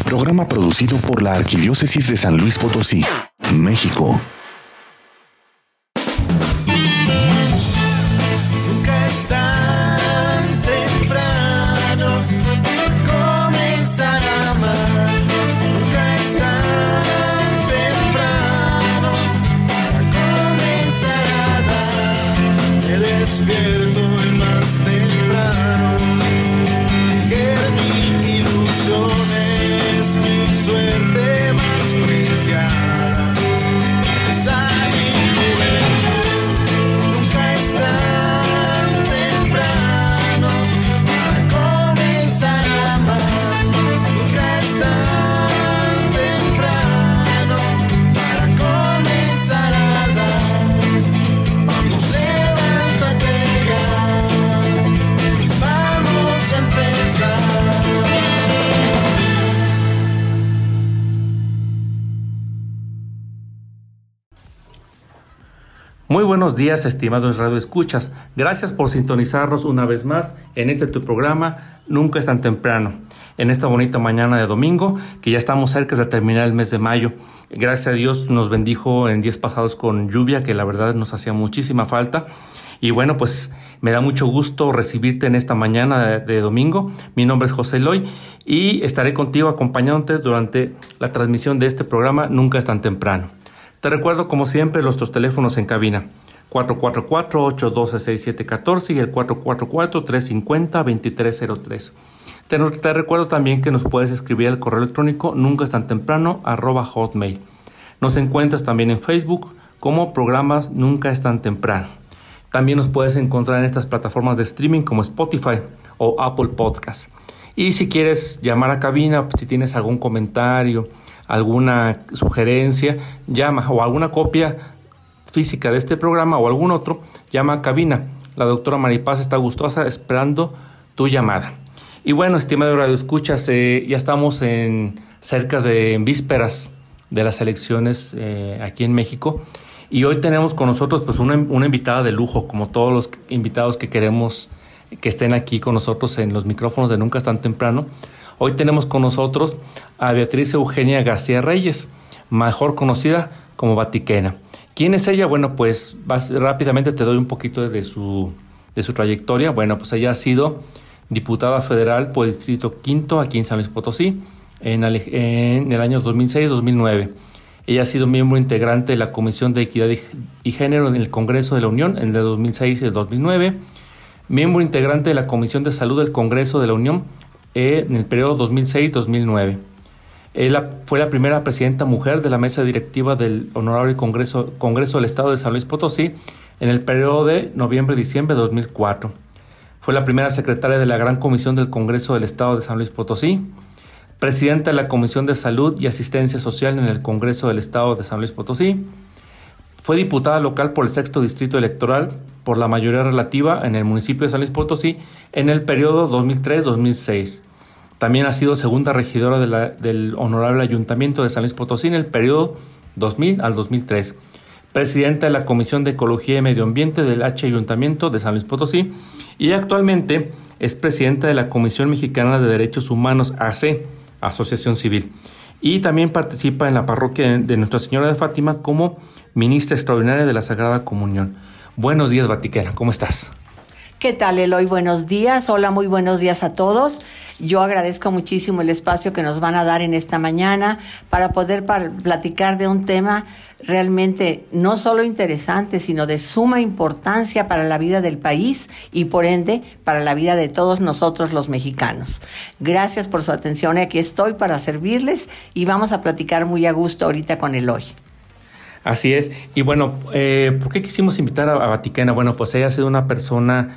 Programa producido por la Arquidiócesis de San Luis Potosí, México. Despierto y más temprano, que mi ilusión es mi suerte más preciada. Salir juventud, nunca es tan temprano para comenzar a amar. Nunca es tan temprano para comenzar a dar. Vamos, levántate ya, vamos a empezar. Muy buenos días, estimados radioescuchas. Gracias por sintonizarnos una vez más en este tu programa Nunca es tan temprano. En esta bonita mañana de domingo, que ya estamos cerca de terminar el mes de mayo. Gracias a Dios nos bendijo en días pasados con lluvia, que la verdad nos hacía muchísima falta. Y bueno, pues me da mucho gusto recibirte en esta mañana de domingo. Mi nombre es José Eloy y estaré contigo acompañándote durante la transmisión de este programa Nunca es tan temprano. Te recuerdo, como siempre, nuestros teléfonos en cabina: 444-812-6714 y el 444-350-2303. Te recuerdo también que nos puedes escribir al correo electrónico nuncaestantemprano@hotmail. Nos encuentras también en Facebook como programas Nunca es tan temprano. También nos puedes encontrar en estas plataformas de streaming como Spotify o Apple Podcast. Y si quieres llamar a cabina, si tienes algún comentario, alguna sugerencia, llama, o alguna copia física de este programa o algún otro, llama a cabina. La doctora Maripaz está gustosa esperando tu llamada. Y bueno, estimado radioescuchas, ya estamos en vísperas de las elecciones aquí en México. Y hoy tenemos con nosotros pues una invitada de lujo, como todos los invitados que queremos que estén aquí con nosotros en los micrófonos de Nunca es tan temprano. Hoy tenemos con nosotros a Beatriz Eugenia García Reyes, mejor conocida como Vatiquena. ¿Quién es ella? Bueno, pues rápidamente te doy un poquito de su trayectoria. Bueno, pues ella ha sido diputada federal por el Distrito Quinto aquí en San Luis Potosí en el año 2006-2009. Ella ha sido miembro integrante de la Comisión de Equidad y Género en el Congreso de la Unión en el 2006 y el 2009. Miembro integrante de la Comisión de Salud del Congreso de la Unión en el periodo 2006-2009. Ella fue la primera presidenta mujer de la mesa directiva del Honorable Congreso del Estado de San Luis Potosí en el periodo de noviembre-diciembre de 2004. Fue la primera secretaria de la Gran Comisión del Congreso del Estado de San Luis Potosí, presidenta de la Comisión de Salud y Asistencia Social en el Congreso del Estado de San Luis Potosí. Fue diputada local por el 6º Distrito Electoral por la mayoría relativa en el municipio de San Luis Potosí en el periodo 2003-2006. También ha sido segunda regidora del Honorable Ayuntamiento de San Luis Potosí en el periodo 2000 al 2003. Presidenta de la Comisión de Ecología y Medio Ambiente del Ayuntamiento de San Luis Potosí y actualmente es presidenta de la Comisión Mexicana de Derechos Humanos, AC, Asociación Civil. Y también participa en la parroquia de Nuestra Señora de Fátima como ministra extraordinaria de la Sagrada Comunión. Buenos días, Vatiquena, ¿cómo estás? ¿Qué tal, Eloy? Buenos días. Hola, muy buenos días a todos. Yo agradezco muchísimo el espacio que nos van a dar en esta mañana para poder platicar de un tema realmente no solo interesante, sino de suma importancia para la vida del país y, por ende, para la vida de todos nosotros los mexicanos. Gracias por su atención. Aquí estoy para servirles y vamos a platicar muy a gusto ahorita con Eloy. Así es. Y bueno, ¿por qué quisimos invitar a Vatiquena? Bueno, pues ella ha sido una persona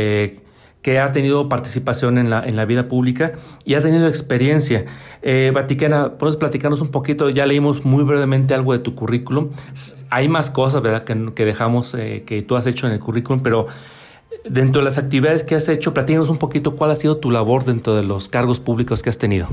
que ha tenido participación en la vida pública y ha tenido experiencia. Vatiquena, ¿puedes platicarnos un poquito? Ya leímos muy brevemente algo de tu currículum. Hay más cosas, ¿verdad?, que dejamos que tú has hecho en el currículum, pero dentro de las actividades que has hecho, platícanos un poquito cuál ha sido tu labor dentro de los cargos públicos que has tenido.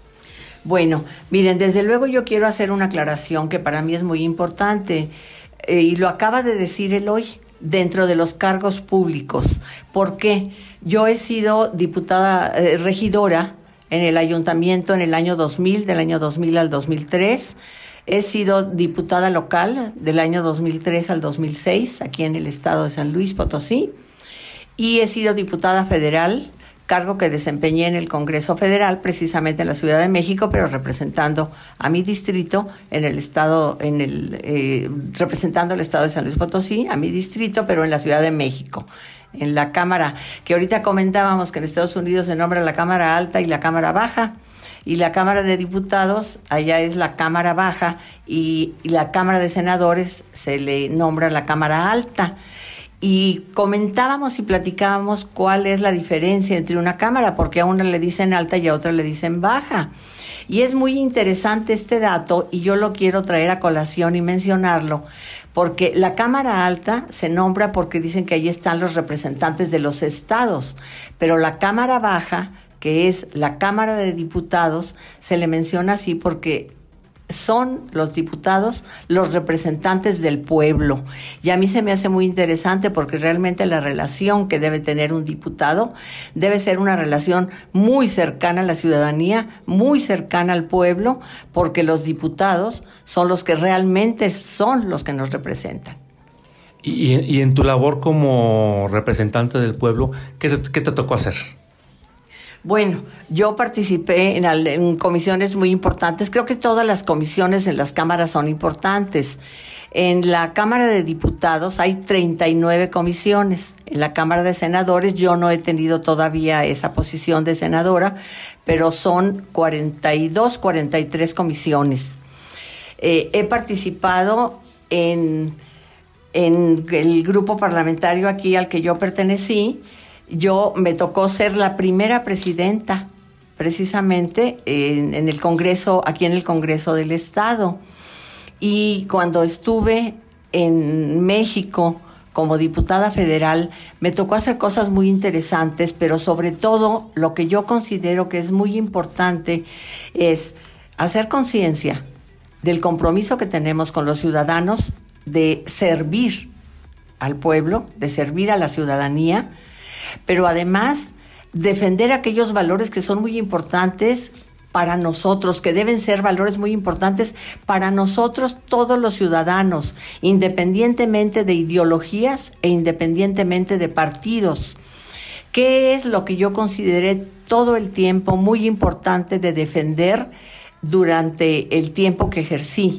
Bueno, miren, desde luego yo quiero hacer una aclaración que para mí es muy importante y lo acaba de decir Eloy, dentro de los cargos públicos. ¿Por qué? Yo he sido diputada, regidora en el ayuntamiento en el año 2000, del año 2000 al 2003. He sido diputada local del año 2003 al 2006, aquí en el estado de San Luis Potosí. Y he sido diputada federal, cargo que desempeñé en el Congreso Federal, precisamente en la Ciudad de México, pero representando a mi distrito en el estado, representando al estado de San Luis Potosí, a mi distrito, pero en la Ciudad de México, en la Cámara, que ahorita comentábamos que en Estados Unidos se nombra la Cámara Alta y la Cámara Baja, y la Cámara de Diputados, allá es la Cámara Baja, y la Cámara de Senadores se le nombra la Cámara Alta. Y comentábamos y platicábamos cuál es la diferencia entre una cámara, porque a una le dicen alta y a otra le dicen baja. Y es muy interesante este dato y yo lo quiero traer a colación y mencionarlo, porque la Cámara Alta se nombra porque dicen que ahí están los representantes de los estados, pero la Cámara Baja, que es la Cámara de Diputados, se le menciona así porque son los diputados los representantes del pueblo. Y a mí se me hace muy interesante porque realmente la relación que debe tener un diputado debe ser una relación muy cercana a la ciudadanía, muy cercana al pueblo, porque los diputados son los que realmente son los que nos representan. Y en tu labor como representante del pueblo, ¿qué te tocó hacer? Bueno, yo participé en comisiones muy importantes. Creo que todas las comisiones en las cámaras son importantes. En la Cámara de Diputados hay 39 comisiones. En la Cámara de Senadores yo no he tenido todavía esa posición de senadora, pero son 42, 43 comisiones. He participado en el grupo parlamentario aquí al que yo pertenecí. Me tocó ser la primera presidenta, precisamente en el Congreso, aquí en el Congreso del Estado. Y cuando estuve en México como diputada federal, me tocó hacer cosas muy interesantes, pero sobre todo lo que yo considero que es muy importante es hacer conciencia del compromiso que tenemos con los ciudadanos de servir al pueblo, de servir a la ciudadanía, pero además defender aquellos valores que son muy importantes para nosotros, que deben ser valores muy importantes para nosotros todos los ciudadanos, independientemente de ideologías e independientemente de partidos. ¿Qué es lo que yo consideré todo el tiempo muy importante de defender durante el tiempo que ejercí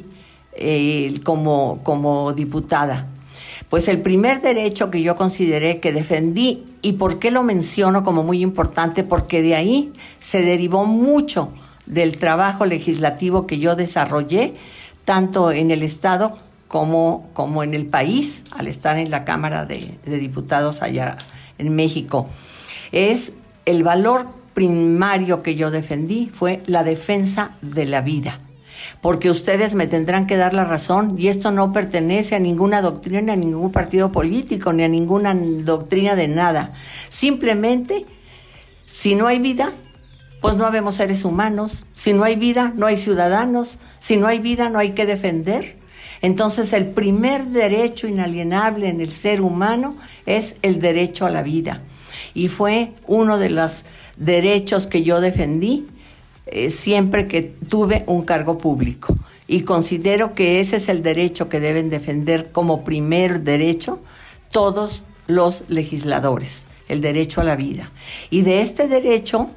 como diputada? Pues el primer derecho que yo consideré que defendí, ¿y por qué lo menciono como muy importante? Porque de ahí se derivó mucho del trabajo legislativo que yo desarrollé, tanto en el Estado como en el país, al estar en la Cámara de Diputados allá en México. Es el valor primario que yo defendí, fue la defensa de la vida. Porque ustedes me tendrán que dar la razón, y esto no pertenece a ninguna doctrina, a ningún partido político, ni a ninguna doctrina de nada. Simplemente, si no hay vida, pues no habemos seres humanos. Si no hay vida, no hay ciudadanos. Si no hay vida, no hay que defender. Entonces, el primer derecho inalienable en el ser humano es el derecho a la vida. Y fue uno de los derechos que yo defendí siempre que tuve un cargo público, y considero que ese es el derecho que deben defender como primer derecho todos los legisladores, el derecho a la vida. Y de este derecho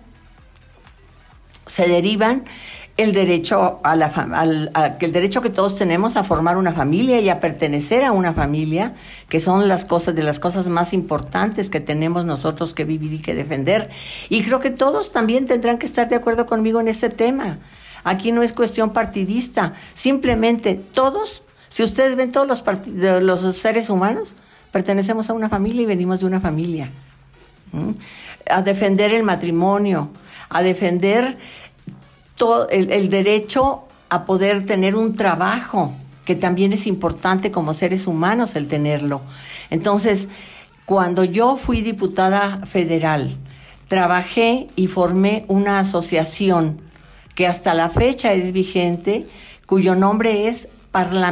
se derivan el derecho el derecho que todos tenemos a formar una familia y a pertenecer a una familia, que son de las cosas más importantes que tenemos nosotros que vivir y que defender. Y creo que todos también tendrán que estar de acuerdo conmigo en este tema. Aquí no es cuestión partidista, simplemente todos, si ustedes ven todos los seres humanos, pertenecemos a una familia y venimos de una familia. A defender el matrimonio, a defender todo el derecho a poder tener un trabajo, que también es importante como seres humanos el tenerlo. Entonces, cuando yo fui diputada federal, trabajé y formé una asociación que hasta la fecha es vigente, cuyo nombre es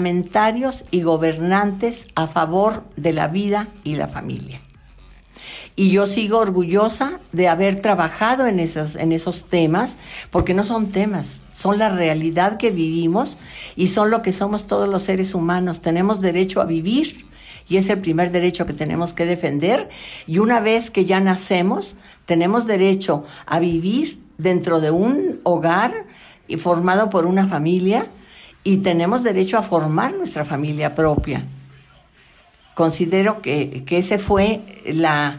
Parlamentarios y Gobernantes a Favor de la Vida y la Familia. Y yo sigo orgullosa de haber trabajado en esos temas, porque no son temas, son la realidad que vivimos y son lo que somos todos los seres humanos. Tenemos derecho a vivir y es el primer derecho que tenemos que defender. Y una vez que ya nacemos, tenemos derecho a vivir dentro de un hogar y formado por una familia, y tenemos derecho a formar nuestra familia propia. Considero que ese fue la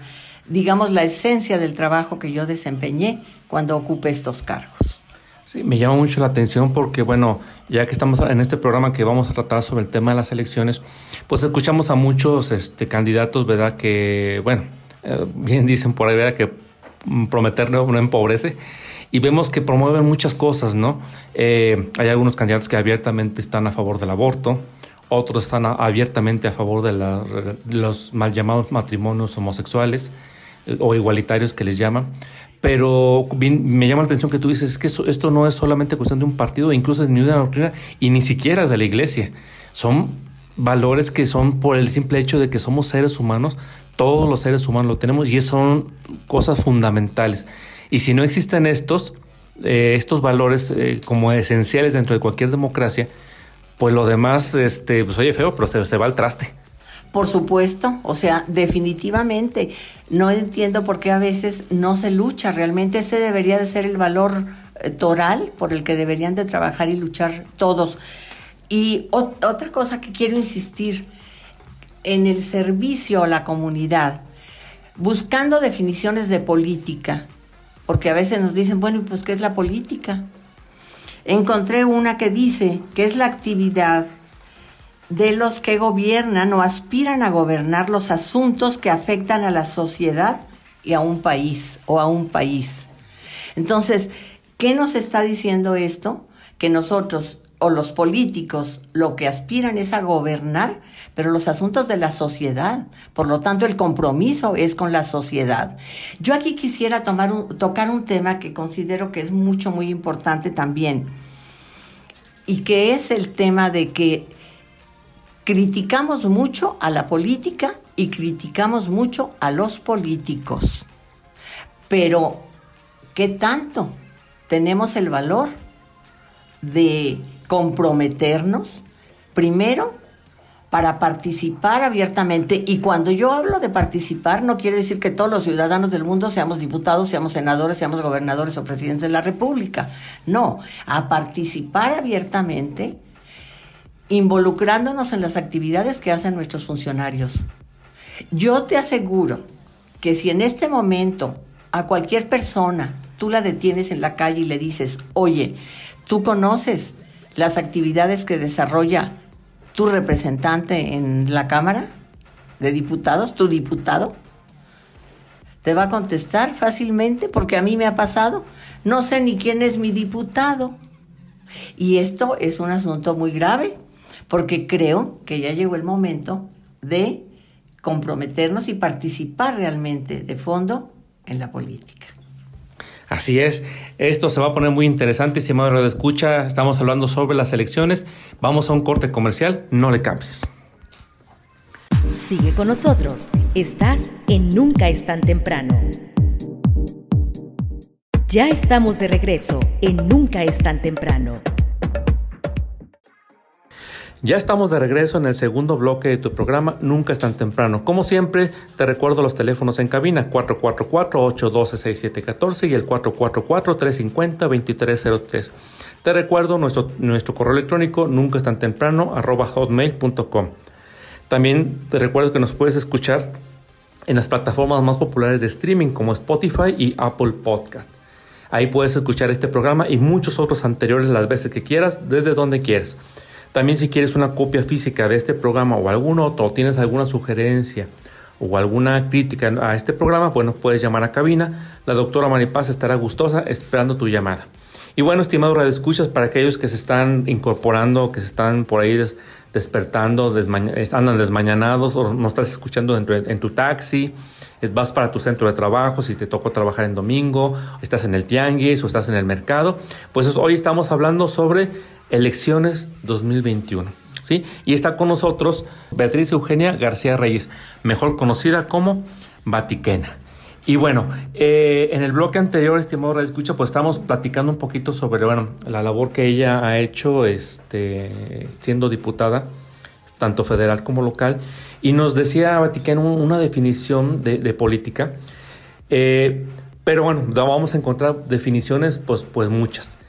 esencia del trabajo que yo desempeñé cuando ocupé estos cargos. Sí, me llama mucho la atención porque, bueno, ya que estamos en este programa que vamos a tratar sobre el tema de las elecciones, pues escuchamos a muchos candidatos, ¿verdad? Que, bueno, bien dicen por ahí, ¿verdad? Que prometer no empobrece. Y vemos que promueven muchas cosas, ¿no? Hay algunos candidatos que abiertamente están a favor del aborto, otros están abiertamente a favor de los mal llamados matrimonios homosexuales o igualitarios que les llaman. Pero me llama la atención que tú dices que esto no es solamente cuestión de un partido, incluso ni de una doctrina y ni siquiera de la iglesia. Son valores que son por el simple hecho de que somos seres humanos, todos los seres humanos lo tenemos y son cosas fundamentales. Y si no existen estos valores como esenciales dentro de cualquier democracia, pues lo demás, pues oye feo, pero se va al traste. Por supuesto, o sea, definitivamente. No entiendo por qué a veces no se lucha. Realmente ese debería de ser el valor toral por el que deberían de trabajar y luchar todos. Y otra cosa que quiero insistir, en el servicio a la comunidad, buscando definiciones de política, porque a veces nos dicen, bueno, pues ¿qué es la política? Encontré una que dice que es la actividad de los que gobiernan o aspiran a gobernar los asuntos que afectan a la sociedad y a un país o a un país. Entonces, ¿qué nos está diciendo esto? Que nosotros o los políticos lo que aspiran es a gobernar, pero los asuntos de la sociedad. Por lo tanto, el compromiso es con la sociedad. Yo aquí quisiera tocar un tema que considero que es muy importante también, y que es el tema de que criticamos mucho a la política y criticamos mucho a los políticos. Pero, ¿qué tanto tenemos el valor de comprometernos? Primero, para participar abiertamente. Y cuando yo hablo de participar, no quiere decir que todos los ciudadanos del mundo seamos diputados, seamos senadores, seamos gobernadores o presidentes de la República. No, a participar abiertamente, involucrándonos en las actividades que hacen nuestros funcionarios. Yo te aseguro que si en este momento a cualquier persona tú la detienes en la calle y le dices, oye, ¿tú conoces las actividades que desarrolla tu representante en la Cámara de Diputados, tu diputado? Te va a contestar fácilmente, porque a mí me ha pasado, no sé ni quién es mi diputado. Y esto es un asunto muy grave, porque creo que ya llegó el momento de comprometernos y participar realmente de fondo en la política. Así es, esto se va a poner muy interesante, estimado Radio Escucha. Estamos hablando sobre las elecciones. Vamos a un corte comercial, no le cambies. Sigue con nosotros, estás en Nunca es tan temprano. Ya estamos de regreso en Nunca es tan temprano. Ya estamos de regreso en el segundo bloque de tu programa Nunca es tan temprano. Como siempre, te recuerdo los teléfonos en cabina 444-812-6714 y el 444-350-2303. Te recuerdo nuestro correo electrónico nuncaestantemprano@hotmail.com. También te recuerdo que nos puedes escuchar en las plataformas más populares de streaming como Spotify y Apple Podcast. Ahí puedes escuchar este programa y muchos otros anteriores las veces que quieras, desde donde quieras. También si quieres una copia física de este programa o algún otro, o tienes alguna sugerencia o alguna crítica a este programa, bueno, puedes llamar a cabina. La doctora Maripaz estará gustosa esperando tu llamada. Y bueno, estimado radioescuchas, para aquellos que se están incorporando, que se están por ahí despertando, andan desmañanados o no estás escuchando en tu taxi, vas para tu centro de trabajo, si te tocó trabajar en domingo, estás en el tianguis o estás en el mercado, pues hoy estamos hablando sobre elecciones 2021, ¿sí? Y está con nosotros Beatriz Eugenia García Reyes, mejor conocida como Vatiquena. Y bueno, en el bloque anterior, estimado Radio Escucha, pues estamos platicando un poquito sobre, bueno, la labor que ella ha hecho siendo diputada, tanto federal como local, y nos decía Vaticano una definición de política, pero bueno, vamos a encontrar definiciones pues muchas.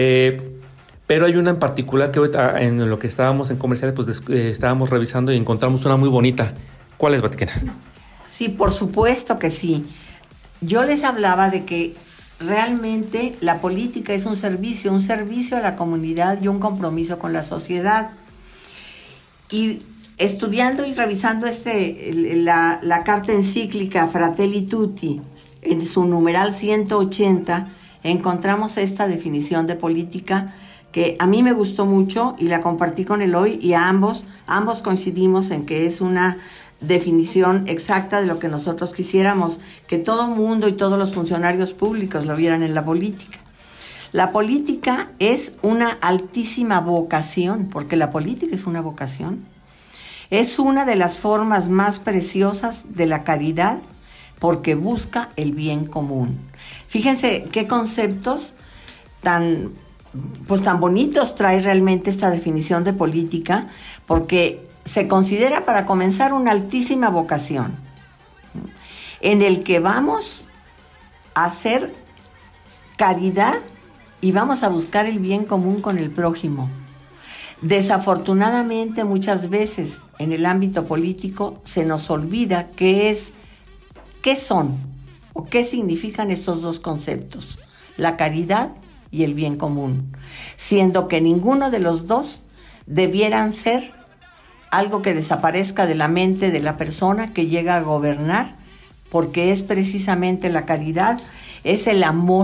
Pero hay una en particular que ahorita, en lo que estábamos en comerciales, pues estábamos revisando y encontramos una muy bonita. ¿Cuál es, Vaticana? Sí, por supuesto que sí. Yo les hablaba de que realmente la política es un servicio a la comunidad y un compromiso con la sociedad. Y estudiando y revisando la carta encíclica Fratelli Tutti, en su numeral 180, encontramos esta definición de política que a mí me gustó mucho y la compartí con Eloy, y ambos coincidimos en que es una definición exacta de lo que nosotros quisiéramos que todo mundo y todos los funcionarios públicos lo vieran en la política. La política es una altísima vocación, porque la política es una vocación. Es una de las formas más preciosas de la caridad, porque busca el bien común. Fíjense qué conceptos tan bonitos trae realmente esta definición de política, porque se considera, para comenzar, una altísima vocación en el que vamos a hacer caridad y vamos a buscar el bien común con el prójimo. Desafortunadamente, muchas veces en el ámbito político se nos olvida qué son o qué significan estos dos conceptos, la caridad y el bien común, siendo que ninguno de los dos debieran ser algo que desaparezca de la mente de la persona que llega a gobernar, porque es precisamente la caridad, es el amor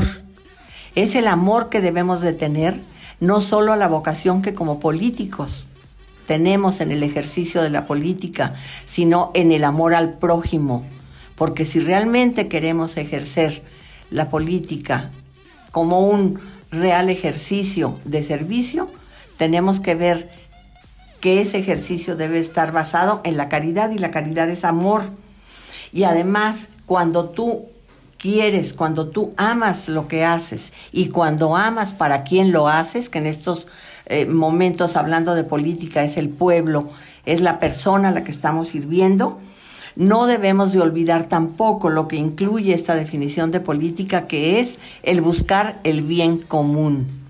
que debemos de tener, no solo a la vocación que como políticos tenemos en el ejercicio de la política, sino en el amor al prójimo, porque si realmente queremos ejercer la política como un real ejercicio de servicio, tenemos que ver que ese ejercicio debe estar basado en la caridad, y la caridad es amor. Y además, cuando tú quieres, cuando tú amas lo que haces y cuando amas para quien lo haces, que en estos momentos, hablando de política, es el pueblo, es la persona a la que estamos sirviendo, no debemos de olvidar tampoco lo que incluye esta definición de política, que es el buscar el bien común.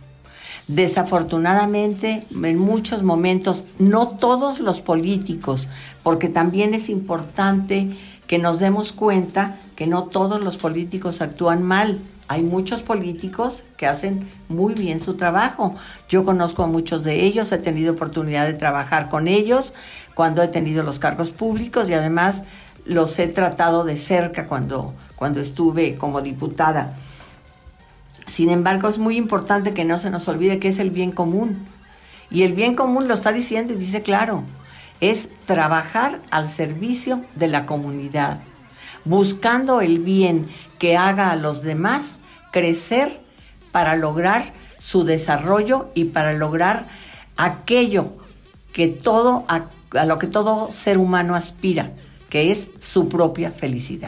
Desafortunadamente, en muchos momentos, no todos los políticos, porque también es importante que nos demos cuenta que no todos los políticos actúan mal. Hay muchos políticos que hacen muy bien su trabajo. Yo conozco a muchos de ellos, he tenido oportunidad de trabajar con ellos cuando he tenido los cargos públicos, y además los he tratado de cerca cuando estuve como diputada. Sin embargo, es muy importante que no se nos olvide que es el bien común. Y el bien común lo está diciendo y dice claro, es trabajar al servicio de la comunidad, buscando el bien que haga a los demás crecer para lograr su desarrollo y para lograr aquello que a lo que todo ser humano aspira, que es su propia felicidad.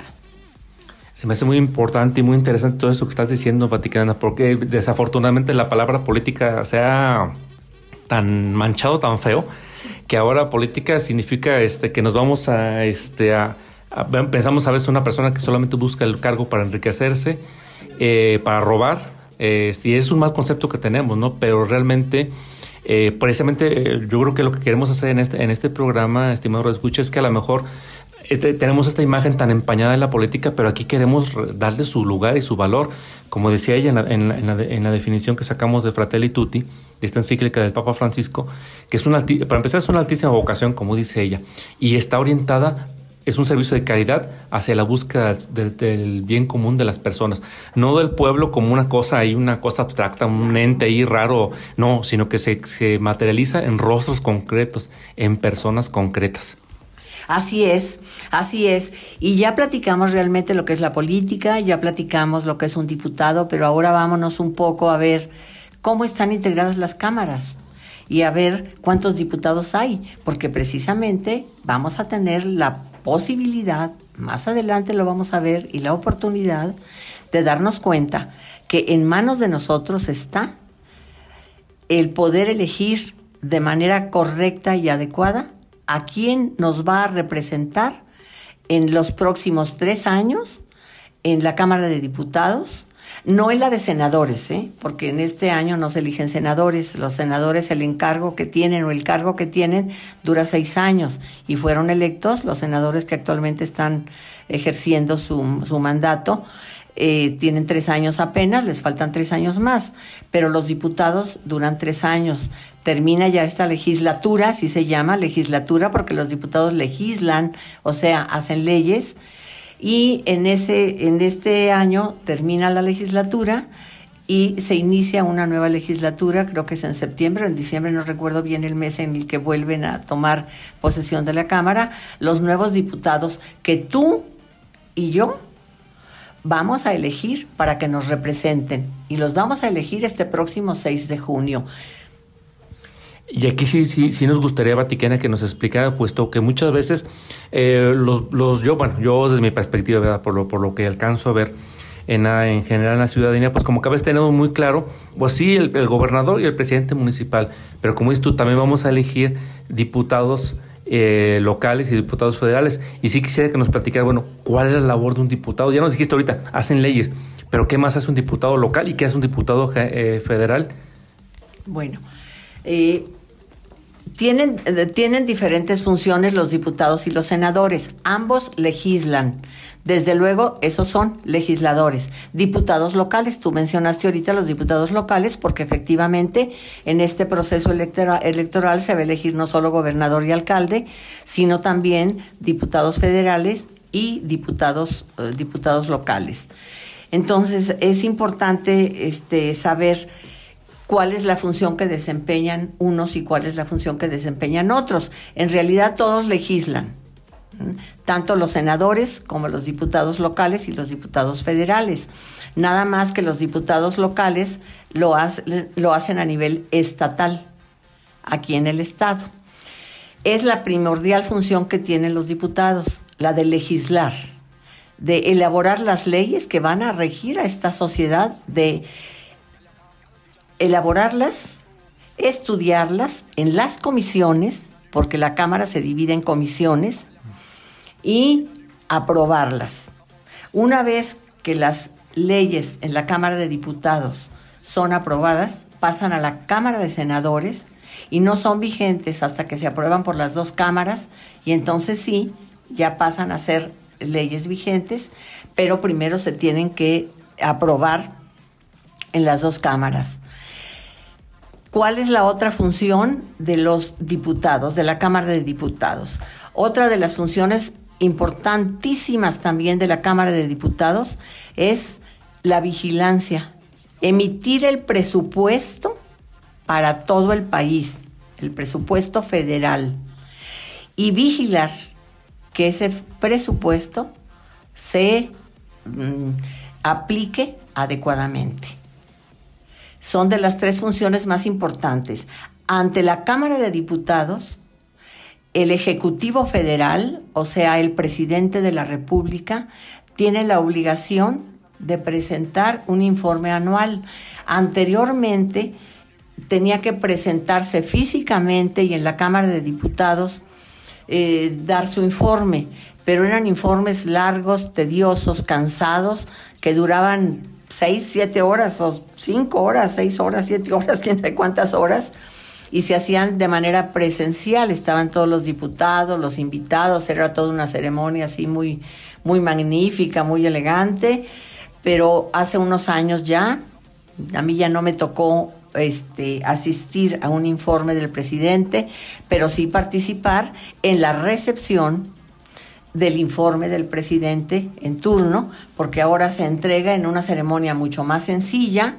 Se me hace muy importante y muy interesante todo eso que estás diciendo, Vaticana, porque desafortunadamente la palabra política se ha tan manchado, tan feo, que ahora política significa que nos vamos pensamos a veces una persona que solamente busca el cargo para enriquecerse, para robar, y es un mal concepto que tenemos, ¿no? Pero realmente, precisamente, yo creo que lo que queremos hacer en este programa, estimado Radio Escucha, es que a lo mejor tenemos esta imagen tan empañada en la política, pero aquí queremos darle su lugar y su valor. Como decía ella en la definición que sacamos de Fratelli Tutti, de esta encíclica del Papa Francisco, que para empezar es una altísima vocación, como dice ella, y está orientada, es un servicio de caridad hacia la búsqueda del bien común de las personas, no del pueblo como una cosa abstracta, un ente ahí raro, no, sino que se materializa en rostros concretos, en personas concretas. Así es. Y ya platicamos realmente lo que es la política, ya platicamos lo que es un diputado, pero ahora vámonos un poco a ver cómo están integradas las cámaras y a ver cuántos diputados hay, porque precisamente vamos a tener la posibilidad más adelante lo vamos a ver, y la oportunidad de darnos cuenta que en manos de nosotros está el poder elegir de manera correcta y adecuada a quién nos va a representar en los próximos 3 años en la Cámara de Diputados, no en la de senadores, porque en este año no se eligen senadores. Los senadores, el encargo que tienen o el cargo que tienen dura 6 años y fueron electos los senadores que actualmente están ejerciendo su mandato. Tienen 3 años apenas, les faltan 3 años más, pero los diputados duran 3 años. Termina ya esta legislatura, así se llama legislatura, porque los diputados legislan, o sea, hacen leyes, y en este año termina la legislatura y se inicia una nueva legislatura, creo que es en septiembre o en diciembre, no recuerdo bien el mes en el que vuelven a tomar posesión de la Cámara, los nuevos diputados que tú y yo vamos a elegir para que nos representen, y los vamos a elegir este próximo 6 de junio. Y aquí sí nos gustaría, Vaticana, que nos explicara, puesto que muchas veces yo desde mi perspectiva, ¿verdad? Por lo que alcanzo a ver en general en la ciudadanía, pues como que a veces tenemos muy claro, pues sí, el gobernador y el presidente municipal, pero como dices tú, también vamos a elegir diputados locales y diputados federales. Y sí quisiera que nos platicara, bueno, ¿cuál es la labor de un diputado? Ya nos dijiste ahorita, hacen leyes, pero ¿qué más hace un diputado local y qué hace un diputado federal? Bueno, tienen diferentes funciones los diputados y los senadores. Ambos legislan. Desde luego, esos son legisladores. Diputados locales, tú mencionaste ahorita los diputados locales, porque efectivamente en este proceso electoral se va a elegir no solo gobernador y alcalde, sino también diputados federales y diputados locales. Entonces, es importante saber cuál es la función que desempeñan unos y cuál es la función que desempeñan otros. En realidad todos legislan, tanto los senadores como los diputados locales y los diputados federales. Nada más que los diputados locales lo hacen a nivel estatal, aquí en el estado. Es la primordial función que tienen los diputados, la de legislar, de elaborar las leyes que van a regir a esta sociedad, de elaborarlas, estudiarlas en las comisiones, porque la Cámara se divide en comisiones, y aprobarlas. Una vez que las leyes en la Cámara de Diputados son aprobadas, pasan a la Cámara de Senadores y no son vigentes hasta que se aprueban por las 2 cámaras, y entonces sí, ya pasan a ser leyes vigentes, pero primero se tienen que aprobar en las 2 cámaras. ¿Cuál es la otra función de los diputados, de la Cámara de Diputados? Otra de las funciones importantísimas también de la Cámara de Diputados es la vigilancia, emitir el presupuesto para todo el país, el presupuesto federal, y vigilar que ese presupuesto se aplique adecuadamente. Son de las 3 funciones más importantes. Ante la Cámara de Diputados, el Ejecutivo Federal, o sea, el presidente de la República, tiene la obligación de presentar un informe anual. Anteriormente tenía que presentarse físicamente y en la Cámara de Diputados dar su informe, pero eran informes largos, tediosos, cansados, que duraban 6, 7 horas o 5 horas, 6 horas, 7 horas, quién sabe cuántas horas, y se hacían de manera presencial. Estaban todos los diputados, los invitados, era toda una ceremonia así muy, muy magnífica, muy elegante, pero hace unos años ya, a mí ya no me tocó asistir a un informe del presidente, pero sí participar en la recepción del informe del presidente en turno, porque ahora se entrega en una ceremonia mucho más sencilla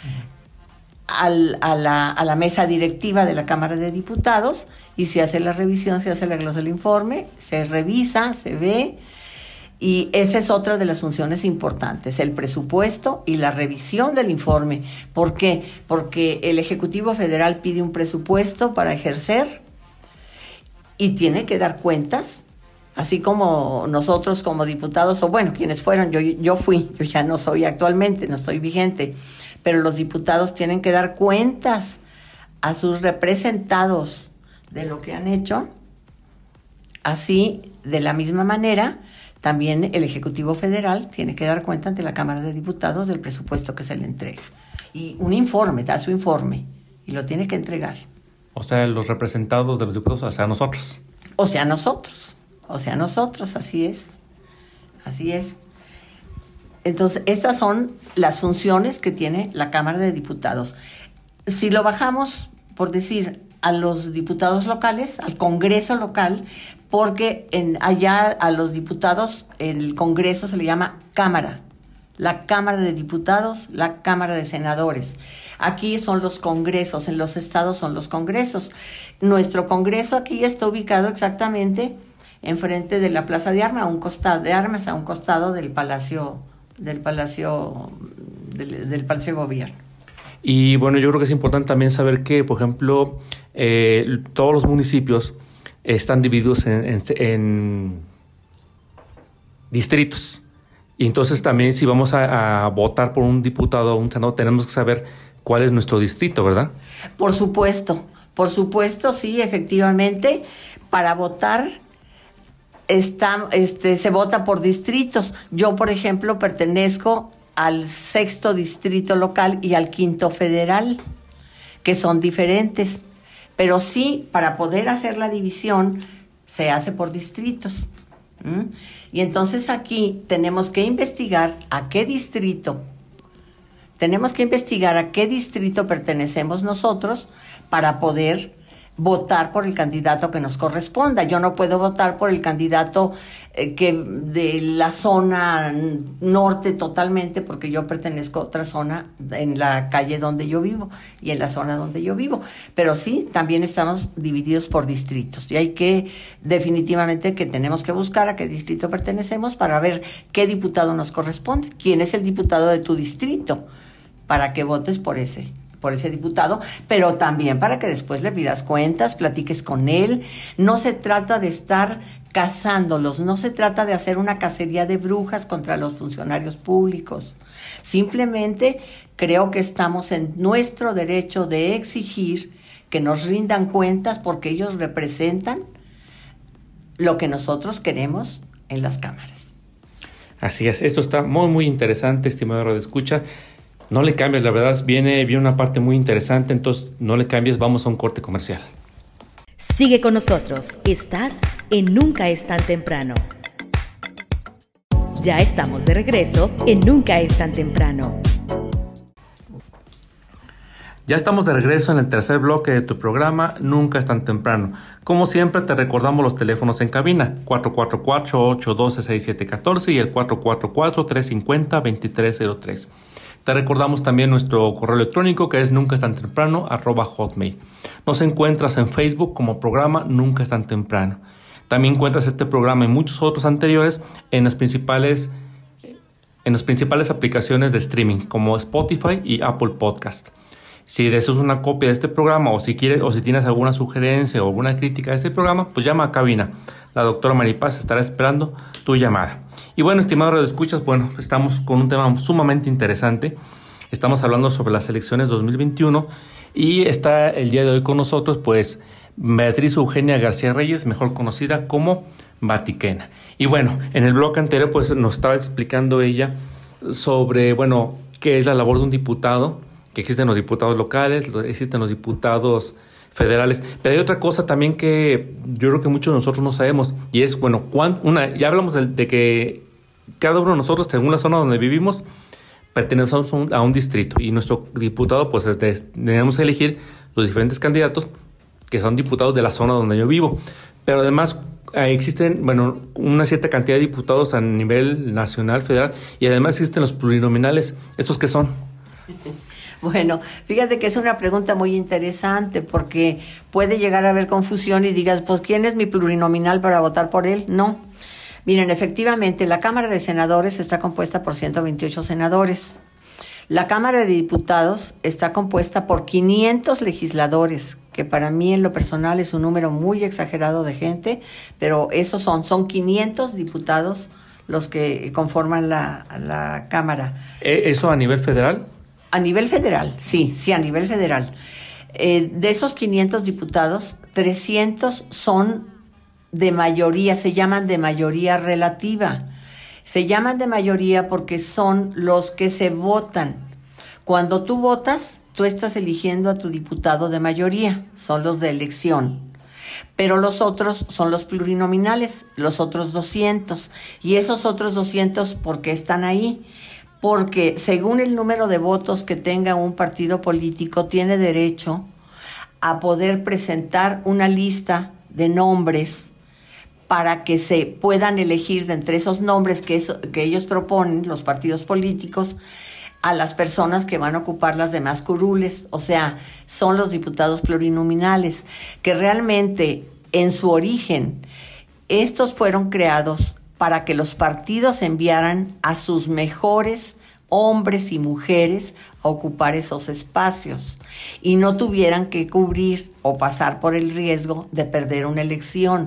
a la mesa directiva de la Cámara de Diputados, y se hace la revisión, se hace la glosa del informe, se revisa, se ve, y esa es otra de las funciones importantes, el presupuesto y la revisión del informe. ¿Por qué? Porque el Ejecutivo Federal pide un presupuesto para ejercer y tiene que dar cuentas Así como nosotros como diputados, o bueno, quienes fueron, yo fui, yo ya no soy actualmente, no estoy vigente, pero los diputados tienen que dar cuentas a sus representados de lo que han hecho. Así, de la misma manera, también el Ejecutivo Federal tiene que dar cuenta ante la Cámara de Diputados del presupuesto que se le entrega. Y un informe, da su informe, y lo tiene que entregar. O sea, los representados de los diputados, o sea, nosotros. O sea, nosotros, así es. Así es. Entonces, estas son las funciones que tiene la Cámara de Diputados. Si lo bajamos, por decir, a los diputados locales, al Congreso local, porque allá a los diputados, el Congreso se le llama Cámara. La Cámara de Diputados, la Cámara de Senadores. Aquí son los congresos, en los estados son los congresos. Nuestro congreso aquí está ubicado exactamente enfrente de la Plaza de Armas, a un costado del Palacio de Gobierno. Y bueno, yo creo que es importante también saber que, por ejemplo, todos los municipios están divididos en distritos. Y entonces también si vamos a votar por un diputado o un senador, tenemos que saber cuál es nuestro distrito, ¿verdad? Por supuesto, sí, efectivamente. Para votar se vota por distritos. Yo, por ejemplo, pertenezco al 6º distrito local y al 5º federal, que son diferentes. Pero sí, para poder hacer la división, se hace por distritos. Y entonces aquí tenemos que investigar a qué distrito pertenecemos nosotros para poder votar por el candidato que nos corresponda. Yo no puedo votar por el candidato que de la zona norte totalmente, porque yo pertenezco a otra zona en la calle donde yo vivo y en la zona donde yo vivo. Pero sí, también estamos divididos por distritos y hay que, definitivamente, que tenemos que buscar a qué distrito pertenecemos para ver qué diputado nos corresponde, quién es el diputado de tu distrito, para que votes por ese diputado, pero también para que después le pidas cuentas, platiques con él. No se trata de estar cazándolos, no se trata de hacer una cacería de brujas contra los funcionarios públicos. Simplemente creo que estamos en nuestro derecho de exigir que nos rindan cuentas porque ellos representan lo que nosotros queremos en las cámaras. Así es, esto está muy, muy interesante, estimado radioescucha. No le cambies, la verdad, viene una parte muy interesante, entonces no le cambies, vamos a un corte comercial. Sigue con nosotros, estás en Nunca es tan temprano. Ya estamos de regreso en Nunca es tan temprano. Ya estamos de regreso en el tercer bloque de tu programa Nunca es tan temprano. Como siempre, te recordamos los teléfonos en cabina, 444-812-6714 y el 444-350-2303. Te recordamos también nuestro correo electrónico, que es nuncaestantemprano@hotmail. Nos encuentras en Facebook como programa Nunca es tan temprano. También encuentras este programa y muchos otros anteriores en las principales aplicaciones de streaming como Spotify y Apple Podcast. Si deseas una copia de este programa o si tienes alguna sugerencia o alguna crítica a este programa, pues llama a cabina. La doctora Maripaz estará esperando tu llamada. Y bueno, estimado radioescuchas, estamos con un tema sumamente interesante. Estamos hablando sobre las elecciones 2021 y está el día de hoy con nosotros, pues, Beatriz Eugenia García Reyes, mejor conocida como Batiquena. Y bueno, en el bloque anterior, pues, nos estaba explicando ella sobre, qué es la labor de un diputado, que existen los diputados locales, existen los diputados federales, pero hay otra cosa también que yo creo que muchos de nosotros no sabemos, y es, ya hablamos de que cada uno de nosotros, según la zona donde vivimos, pertenecemos a un distrito, y nuestro diputado, pues, debemos elegir los diferentes candidatos que son diputados de la zona donde yo vivo, pero además existen, una cierta cantidad de diputados a nivel nacional, federal, y además existen los plurinominales. ¿Estos qué son? Bueno, fíjate que es una pregunta muy interesante porque puede llegar a haber confusión y digas, pues, ¿quién es mi plurinominal para votar por él? No. Miren, efectivamente, la Cámara de Senadores está compuesta por 128 senadores. La Cámara de Diputados está compuesta por 500 legisladores, que para mí en lo personal es un número muy exagerado de gente, pero esos son 500 diputados los que conforman la Cámara. ¿Eso a nivel federal? A nivel federal, sí, a nivel federal. De esos 500 diputados, 300 son de mayoría, se llaman de mayoría relativa. Se llaman de mayoría porque son los que se votan. Cuando tú votas, tú estás eligiendo a tu diputado de mayoría, son los de elección. Pero los otros son los plurinominales, los otros 200. Y esos otros 200, ¿por qué están ahí? Porque según el número de votos que tenga un partido político, tiene derecho a poder presentar una lista de nombres para que se puedan elegir de entre esos nombres que ellos proponen, los partidos políticos, a las personas que van a ocupar las demás curules, o sea, son los diputados plurinominales, que realmente en su origen estos fueron creados para que los partidos enviaran a sus mejores hombres y mujeres a ocupar esos espacios y no tuvieran que cubrir o pasar por el riesgo de perder una elección.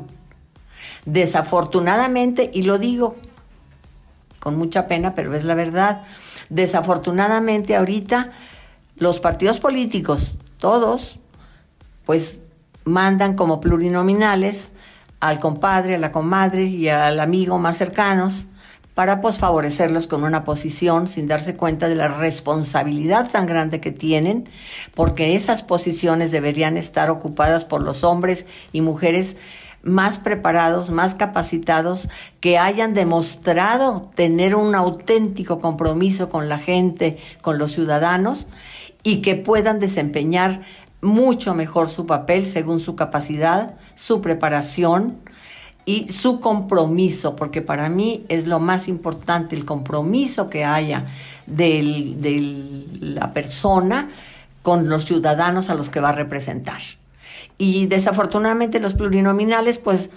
Desafortunadamente, y lo digo con mucha pena, pero es la verdad, desafortunadamente ahorita los partidos políticos, todos, pues mandan como plurinominales al compadre, a la comadre y al amigo más cercanos para pues favorecerlos con una posición sin darse cuenta de la responsabilidad tan grande que tienen, porque esas posiciones deberían estar ocupadas por los hombres y mujeres más preparados, más capacitados, que hayan demostrado tener un auténtico compromiso con la gente, con los ciudadanos, y que puedan desempeñar mucho mejor su papel según su capacidad, su preparación y su compromiso, porque para mí es lo más importante, el compromiso que haya de la persona con los ciudadanos a los que va a representar. Y desafortunadamente los plurinominales pues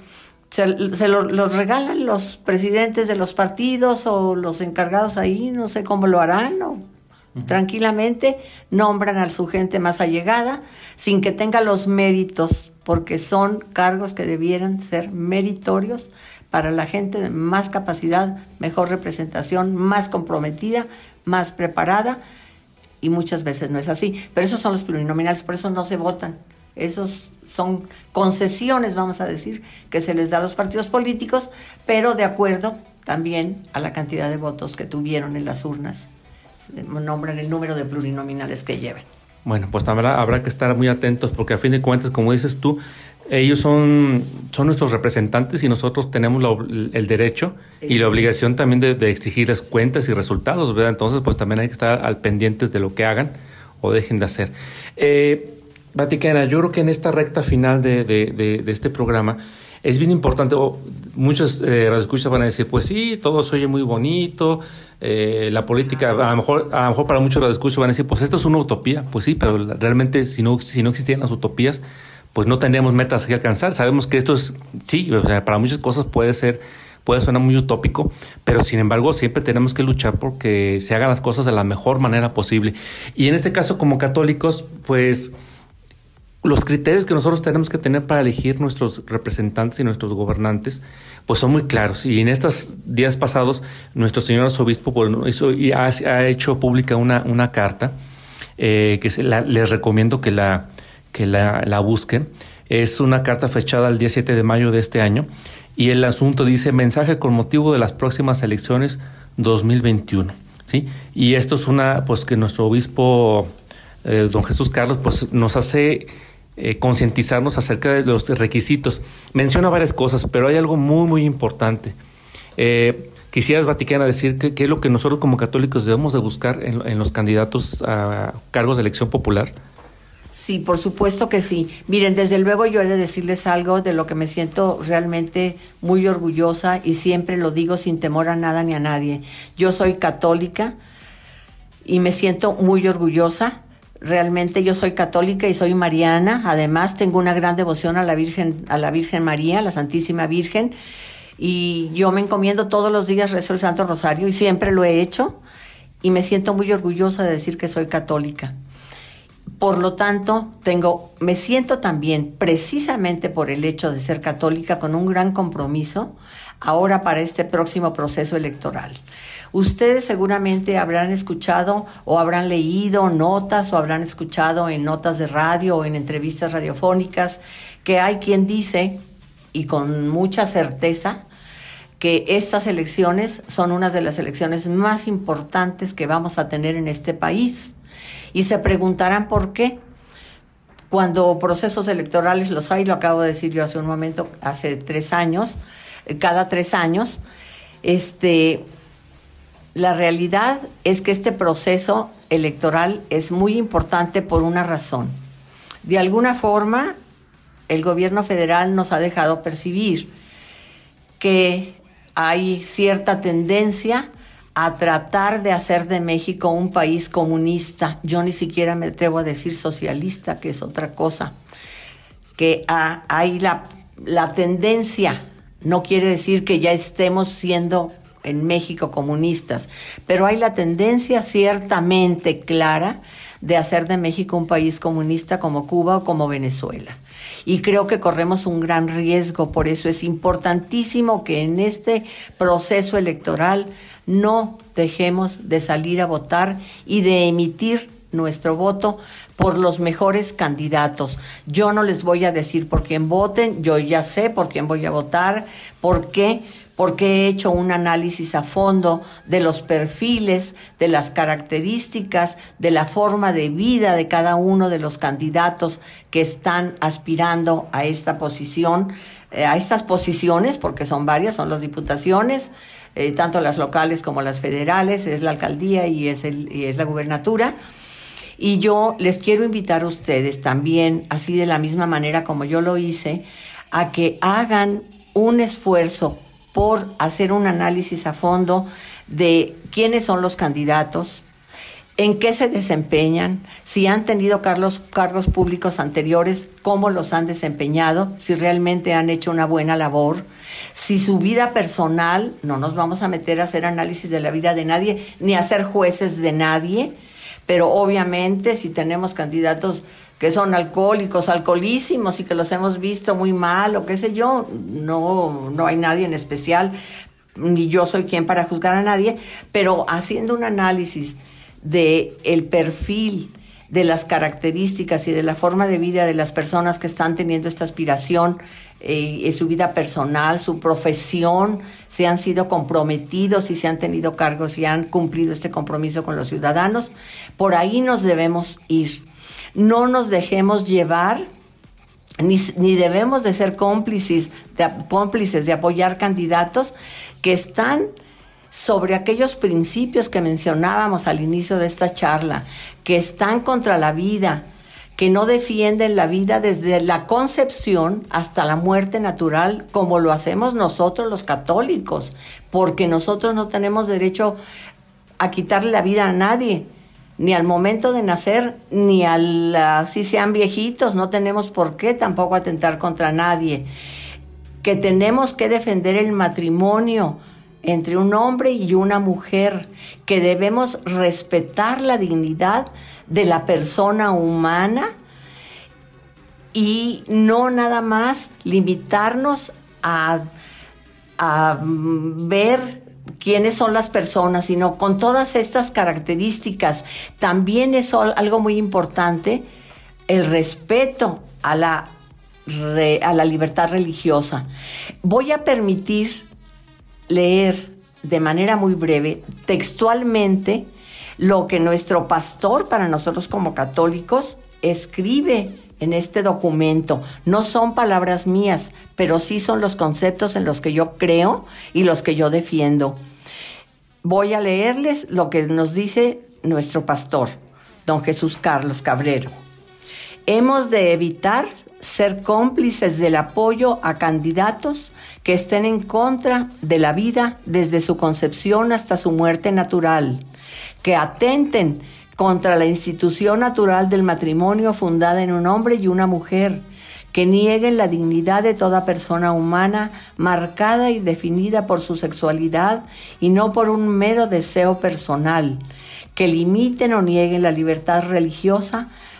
los regalan los presidentes de los partidos o los encargados ahí, no sé cómo lo harán, o tranquilamente nombran a su gente más allegada sin que tenga los méritos, porque son cargos que debieran ser meritorios para la gente de más capacidad, mejor representación, más comprometida, más preparada, y muchas veces no es así. Pero esos son los plurinominales, por eso no se votan. Esos son concesiones, vamos a decir, que se les da a los partidos políticos, pero de acuerdo también a la cantidad de votos que tuvieron en las urnas. Nombran el número de plurinominales que lleven. Bueno, pues habrá que estar muy atentos, porque a fin de cuentas, como dices tú, ellos son nuestros representantes y nosotros tenemos el derecho y la obligación también de exigirles cuentas y resultados, ¿verdad? Entonces, pues también hay que estar al pendientes de lo que hagan o dejen de hacer. Vaticana, yo creo que en esta recta final de este programa es bien importante. Muchos radioescuchas van a decir, pues sí, todo se oye muy bonito, la política, a lo mejor para muchos radioescuchas van a decir, pues esto es una utopía. Pues sí, pero realmente si no existieran las utopías, pues no tendríamos metas que alcanzar. Sabemos que esto es, sí, o sea, para muchas cosas puede sonar muy utópico, pero sin embargo siempre tenemos que luchar porque se hagan las cosas de la mejor manera posible. Y en este caso, como católicos, pues los criterios que nosotros tenemos que tener para elegir nuestros representantes y nuestros gobernantes, pues son muy claros. Y en estos días pasados, nuestro señor arzobispo ha hecho pública una carta que les recomiendo que la busquen. Es una carta fechada el día 7 de mayo de este año, y el asunto dice: mensaje con motivo de las próximas elecciones 2021. ¿Sí? Y esto es pues que nuestro obispo don Jesús Carlos pues nos hace concientizarnos acerca de los requisitos. Menciona varias cosas, pero hay algo muy, muy importante. Quisieras, Vaticana, decir qué es lo que nosotros como católicos debemos de buscar en los candidatos a cargos de elección popular. Sí, por supuesto que sí. Miren, desde luego yo he de decirles algo de lo que me siento realmente muy orgullosa, y siempre lo digo sin temor a nada ni a nadie. Yo soy católica y me siento muy orgullosa. Realmente yo soy católica y soy mariana. Además tengo una gran devoción a la Virgen María, a la Santísima Virgen, y yo me encomiendo todos los días, rezo el Santo Rosario y siempre lo he hecho, y me siento muy orgullosa de decir que soy católica. Por lo tanto, me siento también, precisamente por el hecho de ser católica, con un gran compromiso ahora para este próximo proceso electoral. Ustedes seguramente habrán escuchado o habrán leído notas o habrán escuchado en notas de radio o en entrevistas radiofónicas que hay quien dice, y con mucha certeza, que estas elecciones son unas de las elecciones más importantes que vamos a tener en este país. Y se preguntarán por qué. Cuando procesos electorales los hay, lo acabo de decir yo hace un momento, hace 3 años, cada 3 años, la realidad es que este proceso electoral es muy importante por una razón. De alguna forma, el gobierno federal nos ha dejado percibir que hay cierta tendencia a tratar de hacer de México un país comunista. Yo ni siquiera me atrevo a decir socialista, que es otra cosa. Que hay la tendencia, no quiere decir que ya estemos siendo en México comunistas, pero hay la tendencia ciertamente clara de hacer de México un país comunista como Cuba o como Venezuela. Y creo que corremos un gran riesgo, por eso es importantísimo que en este proceso electoral no dejemos de salir a votar y de emitir nuestro voto por los mejores candidatos. Yo no les voy a decir por quién voten, yo ya sé por quién voy a votar, por qué, porque he hecho un análisis a fondo de los perfiles, de las características, de la forma de vida de cada uno de los candidatos que están aspirando a esta posición, a estas posiciones, porque son varias, son las diputaciones, tanto las locales como las federales, es la alcaldía y es la gubernatura. Y yo les quiero invitar a ustedes también, así de la misma manera como yo lo hice, a que hagan un esfuerzo por hacer un análisis a fondo de quiénes son los candidatos, en qué se desempeñan, si han tenido cargos públicos anteriores, cómo los han desempeñado, si realmente han hecho una buena labor, si su vida personal, no nos vamos a meter a hacer análisis de la vida de nadie, ni a ser jueces de nadie, pero obviamente si tenemos candidatos que son alcohólicos, alcoholísimos y que los hemos visto muy mal o qué sé yo, no hay nadie en especial, ni yo soy quien para juzgar a nadie, pero haciendo un análisis de el perfil, de las características y de la forma de vida de las personas que están teniendo esta aspiración, su vida personal, su profesión, si han sido comprometidos, si se han tenido cargos, si han cumplido este compromiso con los ciudadanos, por ahí nos debemos ir. No nos dejemos llevar, ni debemos de ser cómplices de apoyar candidatos que están sobre aquellos principios que mencionábamos al inicio de esta charla, que están contra la vida, que no defienden la vida desde la concepción hasta la muerte natural, como lo hacemos nosotros los católicos, porque nosotros no tenemos derecho a quitarle la vida a nadie, ni al momento de nacer, ni si sean viejitos, no tenemos por qué tampoco atentar contra nadie, que tenemos que defender el matrimonio entre un hombre y una mujer, que debemos respetar la dignidad de la persona humana y no nada más limitarnos a ver quiénes son las personas, sino con todas estas características. También es algo muy importante el respeto a la libertad religiosa. Voy a permitir leer de manera muy breve, textualmente, lo que nuestro pastor, para nosotros como católicos, escribe en este documento. No son palabras mías, pero sí son los conceptos en los que yo creo y los que yo defiendo. Voy a leerles lo que nos dice nuestro pastor, don Jesús Carlos Cabrero. Hemos de evitar ser cómplices del apoyo a candidatos que estén en contra de la vida desde su concepción hasta su muerte natural, que atenten contra la institución natural del matrimonio fundada en un hombre y una mujer, que nieguen la dignidad de toda persona humana marcada y definida por su sexualidad y no por un mero deseo personal, que limiten o nieguen la libertad religiosa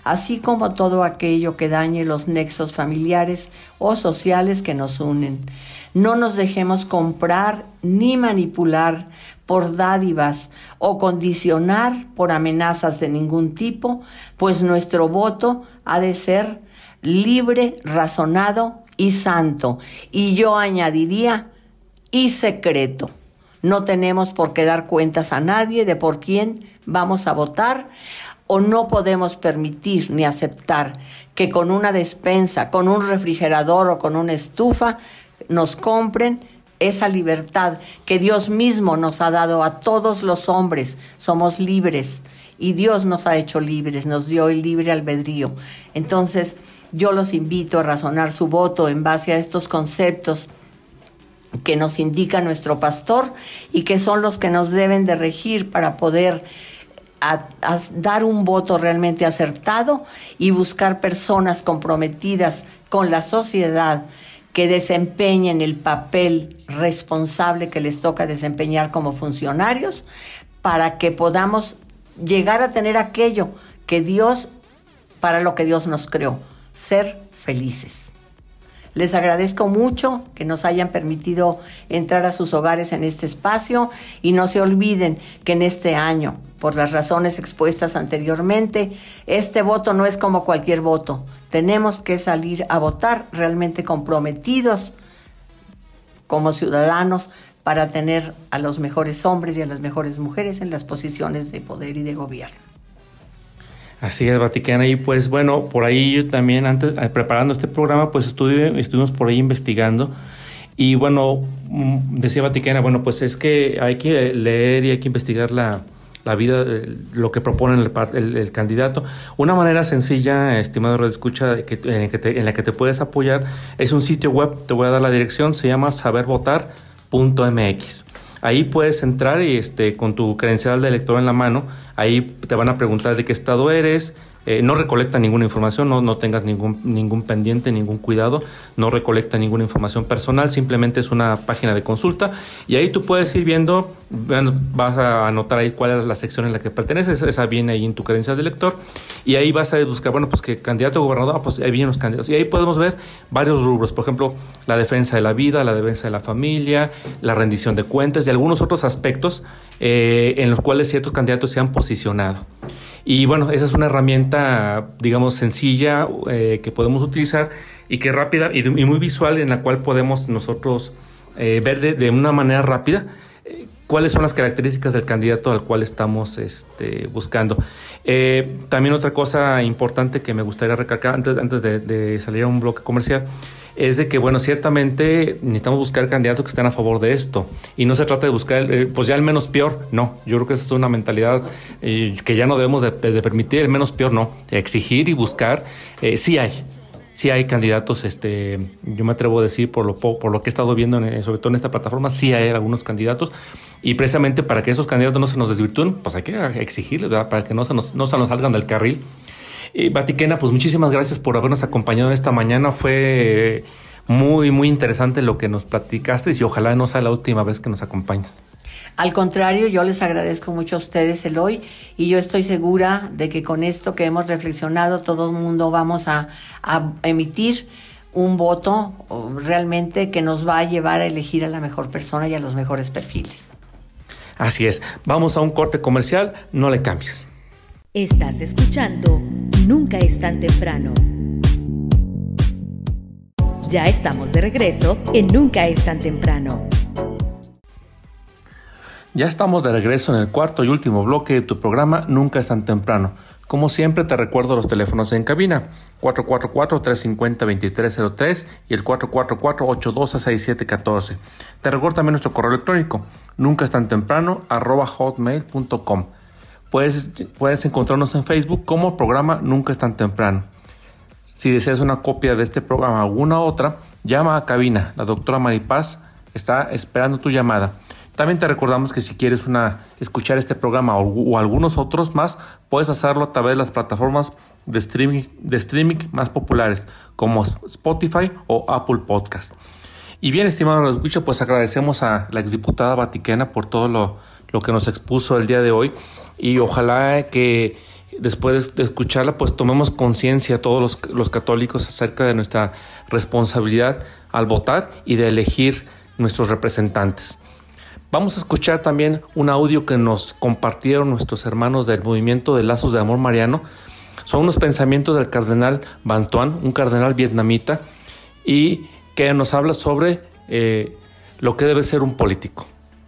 así como todo aquello que dañe los nexos familiares o sociales que nos unen. No nos dejemos comprar ni manipular por dádivas o condicionar por amenazas de ningún tipo, pues nuestro voto ha de ser libre, razonado y santo. Y yo añadiría, y secreto. No tenemos por qué dar cuentas a nadie de por quién vamos a votar, o no podemos permitir ni aceptar que con una despensa, con un refrigerador o con una estufa nos compren esa libertad que Dios mismo nos ha dado a todos los hombres. Somos libres y Dios nos ha hecho libres, nos dio el libre albedrío. Entonces, yo los invito a razonar su voto en base a estos conceptos que nos indica nuestro pastor y que son los que nos deben de regir para poder dar un voto realmente acertado y buscar personas comprometidas con la sociedad que desempeñen el papel responsable que les toca desempeñar como funcionarios, para que podamos llegar a tener aquello que Dios, para lo que Dios nos creó, ser felices. Les agradezco mucho que nos hayan permitido entrar a sus hogares en este espacio y no se olviden que en este año, por las razones expuestas anteriormente, este voto no es como cualquier voto. Tenemos que salir a votar realmente comprometidos como ciudadanos para tener a los mejores hombres y a las mejores mujeres en las posiciones de poder y de gobierno. Así es, Vaticana. Y pues bueno, por ahí yo también, antes preparando este programa, pues estuvimos por ahí investigando. Y bueno, decía Vaticana, bueno, pues es que hay que leer y hay que investigar la vida, lo que propone el candidato. Una manera sencilla, estimado radioescucha, en la que te puedes apoyar es un sitio web. Te voy a dar la dirección, se llama sabervotar.mx. Ahí puedes entrar y con tu credencial de elector en la mano, ahí te van a preguntar de qué estado eres. No recolecta ninguna información, no tengas ningún pendiente, ningún cuidado, no recolecta ninguna información personal, simplemente es una página de consulta y ahí tú puedes ir viendo, vas a anotar ahí cuál es la sección en la que perteneces, esa viene ahí en tu credencial de elector y ahí vas a buscar, bueno, pues que candidato a gobernador, pues ahí vienen los candidatos y ahí podemos ver varios rubros, por ejemplo, la defensa de la vida, la defensa de la familia, la rendición de cuentas y algunos otros aspectos en los cuales ciertos candidatos se han posicionado. Y bueno, esa es una herramienta, digamos, sencilla que podemos utilizar y que rápida y muy visual, en la cual podemos nosotros ver de una manera rápida cuáles son las características del candidato al cual estamos buscando. También otra cosa importante que me gustaría recalcar antes de salir a un bloque comercial es de que, bueno, ciertamente necesitamos buscar candidatos que estén a favor de esto. Y no se trata de buscar, pues ya el menos peor, no. Yo creo que esa es una mentalidad que ya no debemos de permitir, el menos peor no. Exigir y buscar, sí hay candidatos, yo me atrevo a decir, por lo que he estado viendo, sobre todo en esta plataforma, sí hay algunos candidatos. Y precisamente para que esos candidatos no se nos desvirtúen, pues hay que exigirles, ¿verdad? Para que no se nos salgan del carril. Vaticana, pues muchísimas gracias por habernos acompañado en esta mañana. Fue muy, muy interesante lo que nos platicaste y ojalá no sea la última vez que nos acompañes. Al contrario, yo les agradezco mucho a ustedes el hoy y yo estoy segura de que con esto que hemos reflexionado todo el mundo vamos a emitir un voto realmente que nos va a llevar a elegir a la mejor persona y a los mejores perfiles. Así es. Vamos a un corte comercial, no le cambies. Estás escuchando Nunca es tan temprano. Ya estamos de regreso en Nunca es tan temprano. Ya estamos de regreso en el cuarto y último bloque de tu programa Nunca es tan temprano. Como siempre te recuerdo los teléfonos en cabina, 444-350-2303 y el 444-812-6714. Te recuerdo también nuestro correo electrónico, nuncaestantemprano@hotmail.com. Puedes encontrarnos en Facebook como programa Nunca es tan temprano. Si deseas una copia de este programa o alguna otra, llama a cabina. La doctora Maripaz está esperando tu llamada. También te recordamos que si quieres escuchar este programa o algunos otros más, puedes hacerlo a través de las plataformas de streaming más populares como Spotify o Apple Podcast. Y bien, estimado escucha, pues agradecemos a la exdiputada Vaticana por todo lo que nos expuso el día de hoy y ojalá que después de escucharla, pues tomemos conciencia todos los católicos acerca de nuestra responsabilidad al votar y de elegir nuestros representantes. Vamos a escuchar también un audio que nos compartieron nuestros hermanos del movimiento de Lazos de Amor Mariano. Son unos pensamientos del cardenal Van Thuan, un cardenal vietnamita, y que nos habla sobre lo que debe ser un político.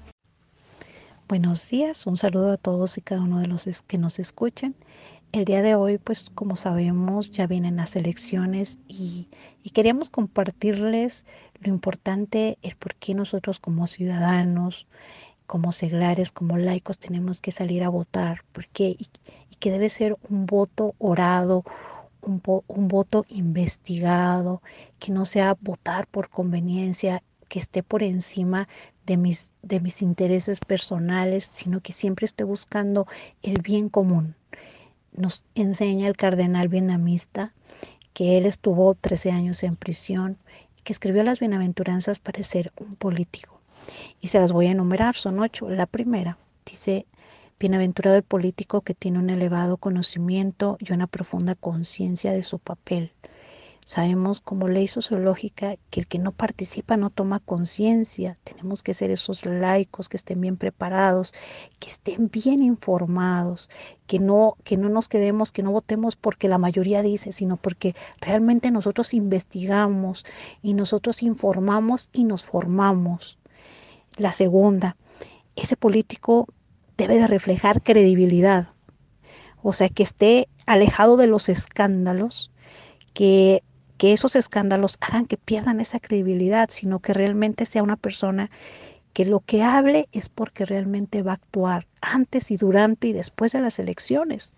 Buenos días, un saludo a todos y cada uno de los que nos escuchan. El día de hoy, pues como sabemos, ya vienen las elecciones y queríamos compartirles lo importante, el por qué nosotros como ciudadanos, como seglares, como laicos tenemos que salir a votar, porque y que debe ser un voto orado, un voto investigado, que no sea votar por conveniencia, que esté por encima de mis intereses personales, sino que siempre esté buscando el bien común. Nos enseña el cardenal vietnamita que él estuvo 13 años en prisión, que escribió las bienaventuranzas para ser un político. Y se las voy a enumerar, son 8. La primera dice: bienaventurado el político que tiene un elevado conocimiento y una profunda conciencia de su papel. Sabemos como ley sociológica que el que no participa no toma conciencia. Tenemos que ser esos laicos que estén bien preparados, que estén bien informados, que no nos quedemos, que no votemos porque la mayoría dice, sino porque realmente nosotros investigamos y nosotros informamos y nos formamos. La segunda, ese político debe de reflejar credibilidad, o sea, que esté alejado de los escándalos, que esos escándalos hagan que pierdan esa credibilidad, sino que realmente sea una persona que lo que hable es porque realmente va a actuar antes y durante y después de las elecciones.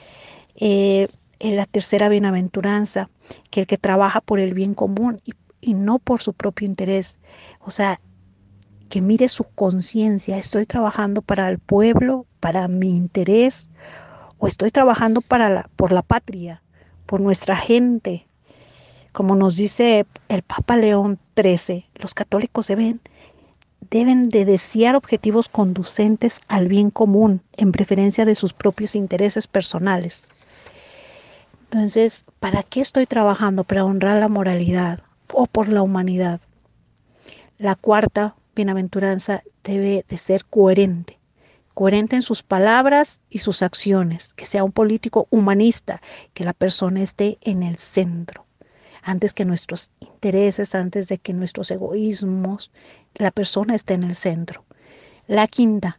En la tercera bienaventuranza, que el que trabaja por el bien común y no por su propio interés, o sea, que mire su conciencia, estoy trabajando para el pueblo, para mi interés, o estoy trabajando por la patria, por nuestra gente. Como nos dice el Papa León XIII, los católicos deben de desear objetivos conducentes al bien común, en preferencia de sus propios intereses personales. Entonces, ¿para qué estoy trabajando? Para honrar la moralidad o por la humanidad. La cuarta bienaventuranza debe de ser coherente en sus palabras y sus acciones, que sea un político humanista, que la persona esté en el centro. Antes que nuestros intereses, antes de que nuestros egoísmos, la persona esté en el centro. La quinta,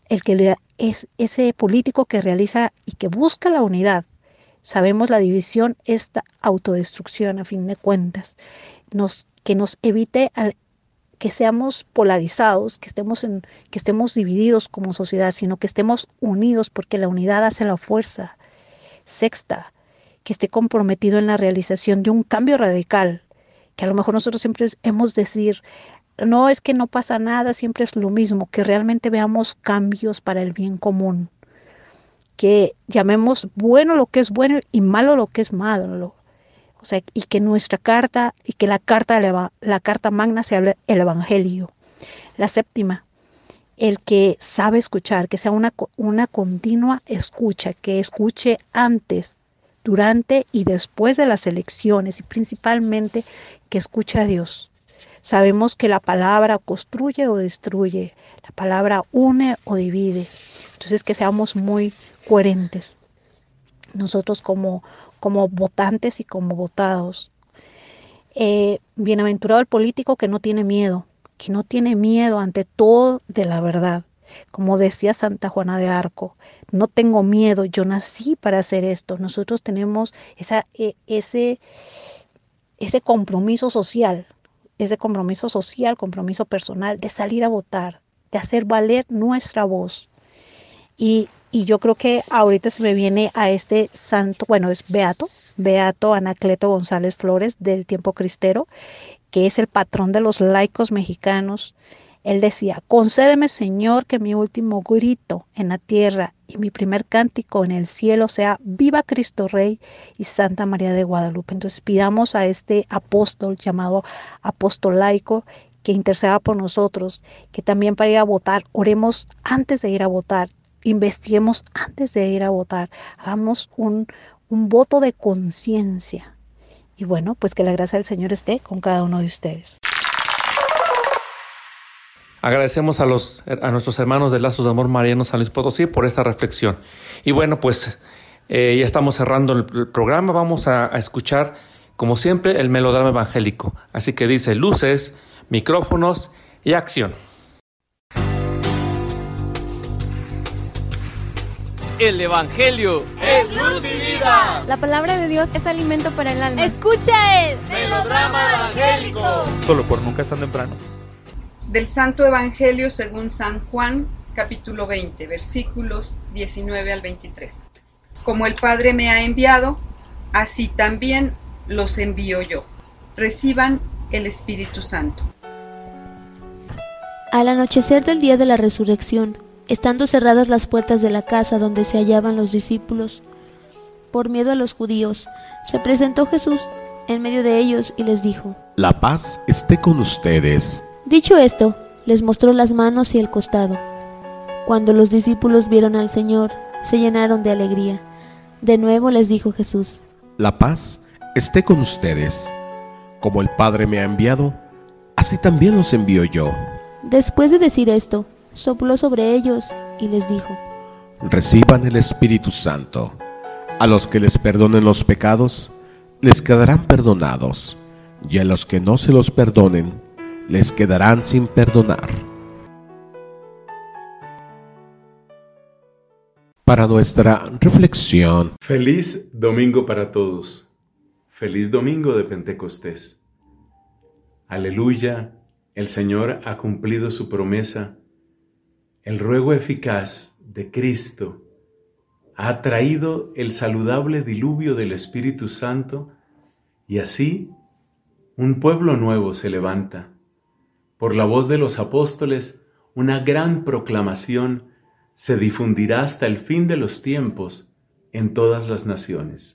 es ese político que realiza y que busca la unidad. Sabemos la división, esta autodestrucción a fin de cuentas, que nos evite que seamos polarizados, que estemos divididos como sociedad, sino que estemos unidos porque la unidad hace la fuerza. Sexta, que esté comprometido en la realización de un cambio radical, que a lo mejor nosotros siempre hemos de decir, no es que no pasa nada, siempre es lo mismo, que realmente veamos cambios para el bien común, que llamemos bueno lo que es bueno y malo lo que es malo, o sea, y que nuestra carta, y que la carta magna sea el Evangelio. La séptima, el que sabe escuchar, que sea una continua escucha, que escuche antes, durante y después de las elecciones y principalmente que escuche a Dios. Sabemos que la palabra construye o destruye, la palabra une o divide. Entonces que seamos muy coherentes nosotros como votantes y como votados. Bienaventurado el político que no tiene miedo ante todo de la verdad. Como decía Santa Juana de Arco, no tengo miedo, yo nací para hacer esto. Nosotros tenemos ese compromiso social, compromiso personal de salir a votar, de hacer valer nuestra voz. Y yo creo que ahorita se me viene a este santo, bueno, es Beato Anacleto González Flores del tiempo cristero, que es el patrón de los laicos mexicanos. Él decía, concédeme, Señor, que mi último grito en la tierra y mi primer cántico en el cielo sea Viva Cristo Rey y Santa María de Guadalupe. Entonces pidamos a este apóstol llamado apóstol laico que interceda por nosotros, que también para ir a votar, oremos antes de ir a votar, investiguemos antes de ir a votar, hagamos un voto de conciencia. Y bueno, pues que la gracia del Señor esté con cada uno de ustedes. Agradecemos a nuestros hermanos de Lazos de Amor Mariano San Luis Potosí por esta reflexión. Y bueno, pues ya estamos cerrando el programa. Vamos a escuchar, como siempre, el melodrama evangélico. Así que dice: luces, micrófonos y acción. El Evangelio es luz y vida. La palabra de Dios es alimento para el alma. Escucha el melodrama evangélico. Solo por Nunca es tan temprano. Del Santo Evangelio según San Juan, capítulo 20, versículos 19 al 23. Como el Padre me ha enviado, así también los envío yo. Reciban el Espíritu Santo. Al anochecer del día de la resurrección, estando cerradas las puertas de la casa donde se hallaban los discípulos, por miedo a los judíos, se presentó Jesús en medio de ellos y les dijo: La paz esté con ustedes. Dicho esto, les mostró las manos y el costado. Cuando los discípulos vieron al Señor, se llenaron de alegría. De nuevo les dijo Jesús: La paz esté con ustedes. Como el Padre me ha enviado, así también los envío yo. Después de decir esto, sopló sobre ellos y les dijo: Reciban el Espíritu Santo. A los que les perdonen los pecados, les quedarán perdonados, y a los que no se los perdonen, les quedarán sin perdonar. Para nuestra reflexión. Feliz domingo para todos. Feliz domingo de Pentecostés. Aleluya, el Señor ha cumplido su promesa. El ruego eficaz de Cristo ha traído el saludable diluvio del Espíritu Santo, y así un pueblo nuevo se levanta. Por la voz de los apóstoles, una gran proclamación se difundirá hasta el fin de los tiempos en todas las naciones.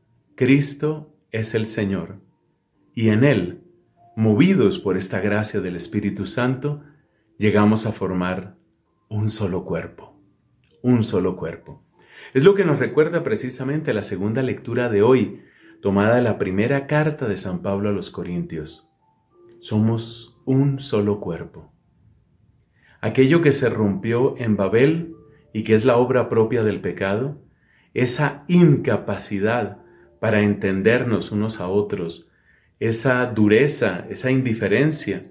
Cristo es el Señor, y en Él, movidos por esta gracia del Espíritu Santo, llegamos a formar un solo cuerpo, un solo cuerpo. Es lo que nos recuerda precisamente la segunda lectura de hoy, tomada de la primera carta de San Pablo a los Corintios. Somos un solo cuerpo. Aquello que se rompió en Babel y que es la obra propia del pecado, esa incapacidad para entendernos unos a otros, esa dureza, esa indiferencia,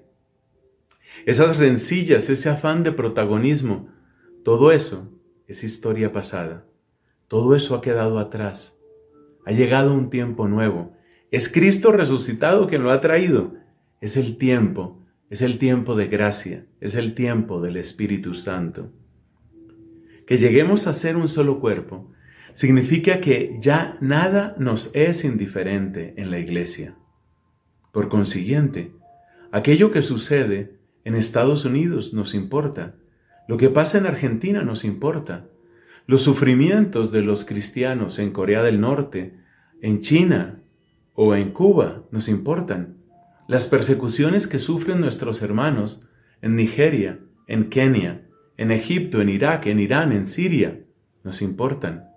esas rencillas, ese afán de protagonismo, todo eso es historia pasada. Todo eso ha quedado atrás. Ha llegado un tiempo nuevo. Es Cristo resucitado quien lo ha traído. Es el tiempo de gracia, es el tiempo del Espíritu Santo. Que lleguemos a ser un solo cuerpo significa que ya nada nos es indiferente en la iglesia. Por consiguiente, aquello que sucede en Estados Unidos nos importa, lo que pasa en Argentina nos importa, los sufrimientos de los cristianos en Corea del Norte, en China o en Cuba nos importan. Las persecuciones que sufren nuestros hermanos en Nigeria, en Kenia, en Egipto, en Irak, en Irán, en Siria, nos importan.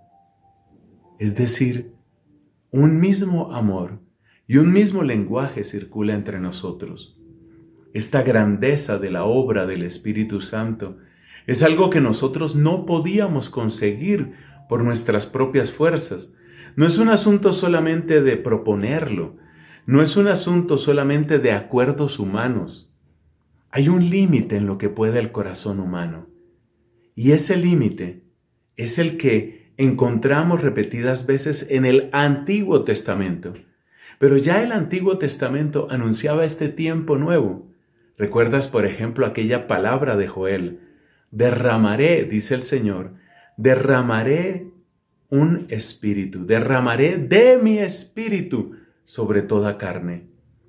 Es decir, un mismo amor y un mismo lenguaje circula entre nosotros. Esta grandeza de la obra del Espíritu Santo es algo que nosotros no podíamos conseguir por nuestras propias fuerzas. No es un asunto solamente de proponerlo, no es un asunto solamente de acuerdos humanos. Hay un límite en lo que puede el corazón humano. Y ese límite es el que encontramos repetidas veces en el Antiguo Testamento. Pero ya el Antiguo Testamento anunciaba este tiempo nuevo. ¿Recuerdas, por ejemplo, aquella palabra de Joel? Derramaré, dice el Señor, derramaré un espíritu, derramaré de mi espíritu sobre toda carne.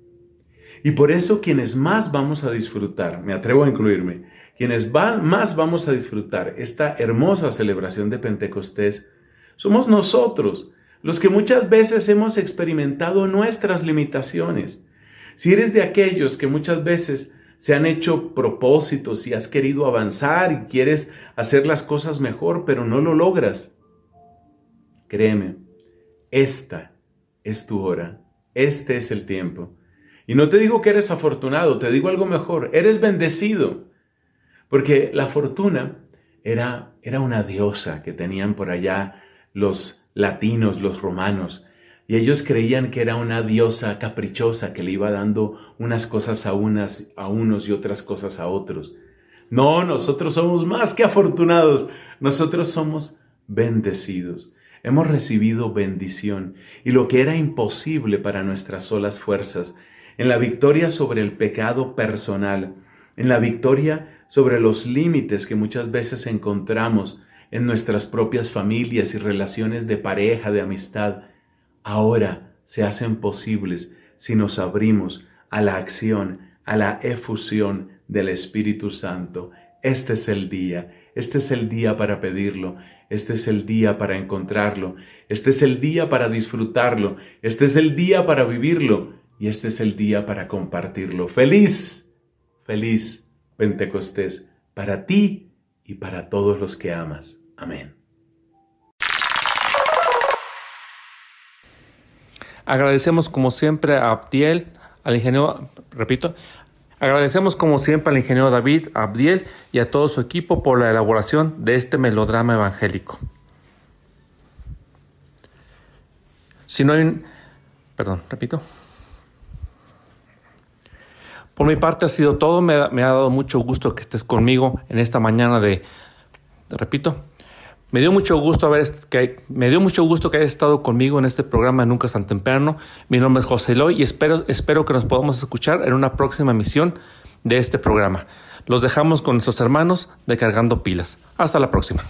Y por eso quienes más vamos a disfrutar, me atrevo a incluirme, quienes más vamos a disfrutar esta hermosa celebración de Pentecostés, somos nosotros, los que muchas veces hemos experimentado nuestras limitaciones. Si eres de aquellos que muchas veces se han hecho propósitos y has querido avanzar y quieres hacer las cosas mejor, pero no lo logras. Créeme, esta es tu hora, este es el tiempo. Y no te digo que eres afortunado, te digo algo mejor, eres bendecido. Porque la fortuna era una diosa que tenían por allá los latinos, los romanos. Y ellos creían que era una diosa caprichosa que le iba dando unas cosas a unos y otras cosas a otros. No, nosotros somos más que afortunados. Nosotros somos bendecidos. Hemos recibido bendición. Y lo que era imposible para nuestras solas fuerzas, en la victoria sobre el pecado personal, en la victoria sobre los límites que muchas veces encontramos en nuestras propias familias y relaciones de pareja, de amistad, ahora se hacen posibles si nos abrimos a la acción, a la efusión del Espíritu Santo. Este es el día para pedirlo, este es el día para encontrarlo, este es el día para disfrutarlo, este es el día para vivirlo y este es el día para compartirlo. ¡Feliz! ¡Feliz Pentecostés para ti y para todos los que amas! Amén. Agradecemos como siempre a Abdiel, al ingeniero, agradecemos como siempre al ingeniero David, a Abdiel y a todo su equipo por la elaboración de este melodrama evangélico. Por mi parte ha sido todo, me ha dado mucho gusto que estés conmigo en esta mañana Me dio mucho gusto que hayas estado conmigo en este programa Nunca es tan temprano. Mi nombre es José Eloy y espero que nos podamos escuchar en una próxima emisión de este programa. Los dejamos con nuestros hermanos de Cargando Pilas. Hasta la próxima.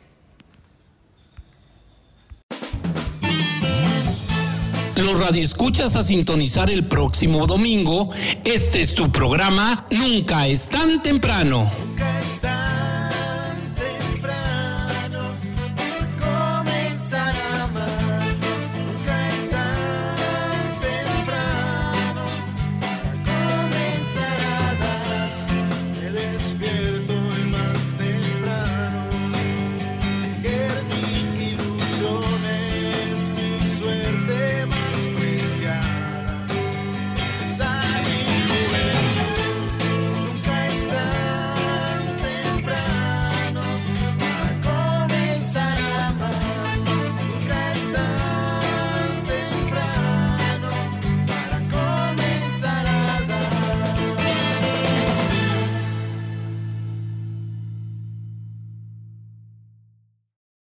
Los radioescuchas a sintonizar el próximo domingo. Este es tu programa Nunca es tan temprano.